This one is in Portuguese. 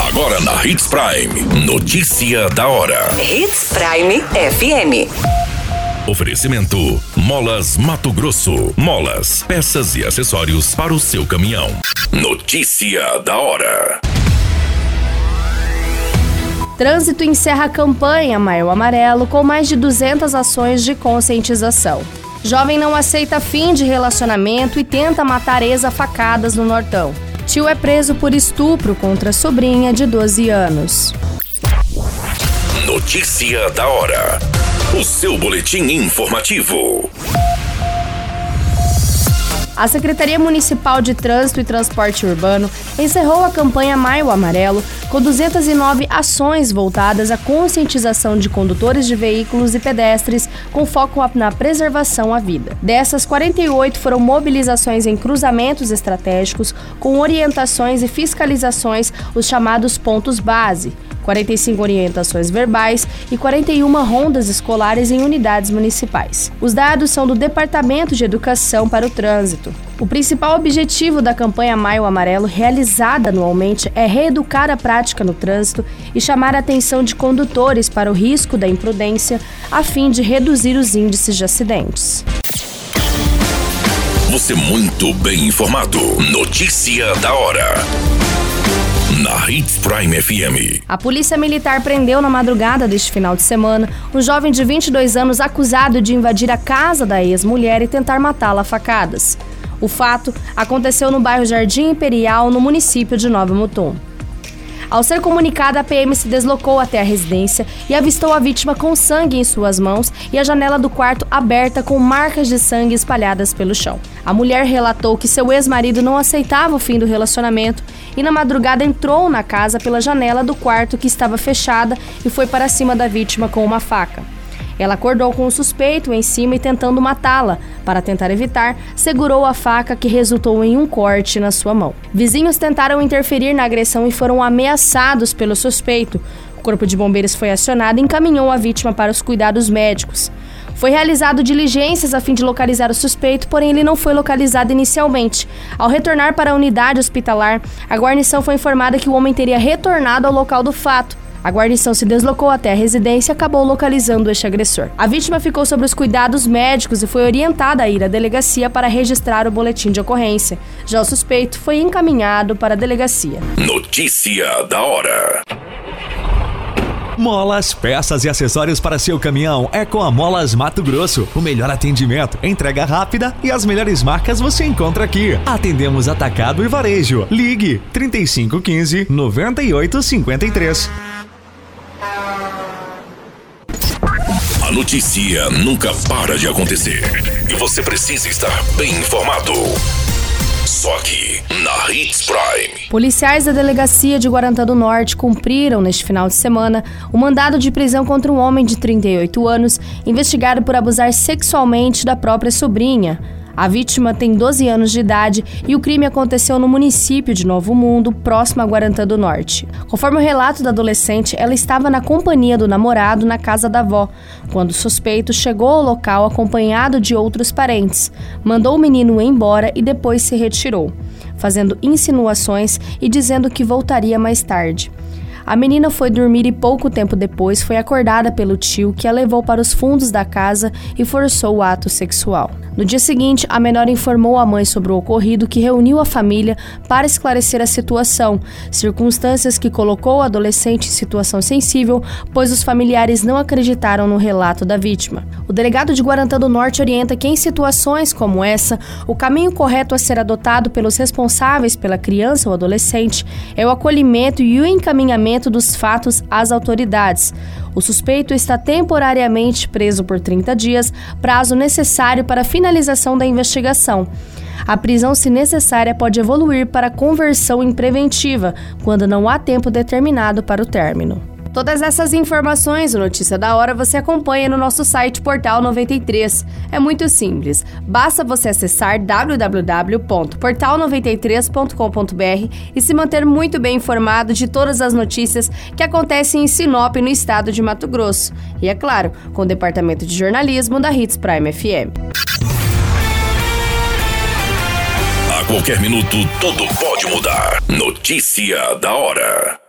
Agora na Hits Prime. Notícia da hora. Hits Prime FM. Oferecimento: Molas Mato Grosso. Molas, peças e acessórios para o seu caminhão. Notícia da hora. Trânsito encerra a campanha Maio Amarelo com mais de 200 ações de conscientização. Jovem não aceita fim de relacionamento e tenta matar ex a facadas no Nortão. Tio é preso por estupro contra sobrinha de 12 anos. Notícia da hora. O seu boletim informativo. A Secretaria Municipal de Trânsito e Transporte Urbano encerrou a campanha Maio Amarelo com 209 ações voltadas à conscientização de condutores de veículos e pedestres com foco na preservação à vida. Dessas, 48 foram mobilizações em cruzamentos estratégicos com orientações e fiscalizações, os chamados pontos base, 45 orientações verbais e 41 rondas escolares em unidades municipais. Os dados são do Departamento de Educação para o Trânsito. O principal objetivo da campanha Maio Amarelo, realizada anualmente, é reeducar a prática no trânsito e chamar a atenção de condutores para o risco da imprudência, a fim de reduzir os índices de acidentes. Você muito bem informado. Notícia da hora. Na Hits Prime FM. A Polícia Militar prendeu na madrugada deste final de semana um jovem de 22 anos acusado de invadir a casa da ex-mulher e tentar matá-la a facadas. O fato aconteceu no bairro Jardim Imperial, no município de Nova Mutum. Ao ser comunicada, a PM se deslocou até a residência e avistou a vítima com sangue em suas mãos e a janela do quarto aberta com marcas de sangue espalhadas pelo chão. A mulher relatou que seu ex-marido não aceitava o fim do relacionamento e na madrugada entrou na casa pela janela do quarto que estava fechada e foi para cima da vítima com uma faca. Ela acordou com o suspeito em cima e tentando matá-la. Para tentar evitar, segurou a faca que resultou em um corte na sua mão. Vizinhos tentaram interferir na agressão e foram ameaçados pelo suspeito. O corpo de bombeiros foi acionado e encaminhou a vítima para os cuidados médicos. Foi realizado diligências a fim de localizar o suspeito, porém ele não foi localizado inicialmente. Ao retornar para a unidade hospitalar, a guarnição foi informada que o homem teria retornado ao local do fato. A guarnição se deslocou até a residência e acabou localizando este agressor. A vítima ficou sob os cuidados médicos e foi orientada a ir à delegacia para registrar o boletim de ocorrência. Já o suspeito foi encaminhado para a delegacia. Notícia da hora. Molas, peças e acessórios para seu caminhão é com a Molas Mato Grosso. O melhor atendimento, entrega rápida e as melhores marcas você encontra aqui. Atendemos atacado e varejo. Ligue 3515-9853. A notícia nunca para de acontecer e você precisa estar bem informado. Só aqui, na Hits Prime. Policiais da Delegacia de Guarantã do Norte cumpriram, neste final de semana, o mandado de prisão contra um homem de 38 anos, investigado por abusar sexualmente da própria sobrinha. A vítima tem 12 anos de idade e o crime aconteceu no município de Novo Mundo, próximo a Guarantã do Norte. Conforme o relato da adolescente, ela estava na companhia do namorado na casa da avó, quando o suspeito chegou ao local acompanhado de outros parentes, mandou o menino embora e depois se retirou, fazendo insinuações e dizendo que voltaria mais tarde. A menina foi dormir e pouco tempo depois foi acordada pelo tio, que a levou para os fundos da casa e forçou o ato sexual. No dia seguinte, a menor informou a mãe sobre o ocorrido, que reuniu a família para esclarecer a situação, circunstâncias que colocou o adolescente em situação sensível, pois os familiares não acreditaram no relato da vítima. O delegado de Guarantã do Norte orienta que em situações como essa, o caminho correto a ser adotado pelos responsáveis pela criança ou adolescente é o acolhimento e o encaminhamento dos fatos às autoridades. O suspeito está temporariamente preso por 30 dias, prazo necessário para a finalização da investigação. A prisão, se necessária, pode evoluir para conversão em preventiva, quando não há tempo determinado para o término. Todas essas informações, o Notícia da Hora, você acompanha no nosso site Portal 93. É muito simples. Basta você acessar www.portal93.com.br e se manter muito bem informado de todas as notícias que acontecem em Sinop, no estado de Mato Grosso. E, é claro, com o Departamento de Jornalismo da Hits Prime FM. A qualquer minuto, tudo pode mudar. Notícia da hora.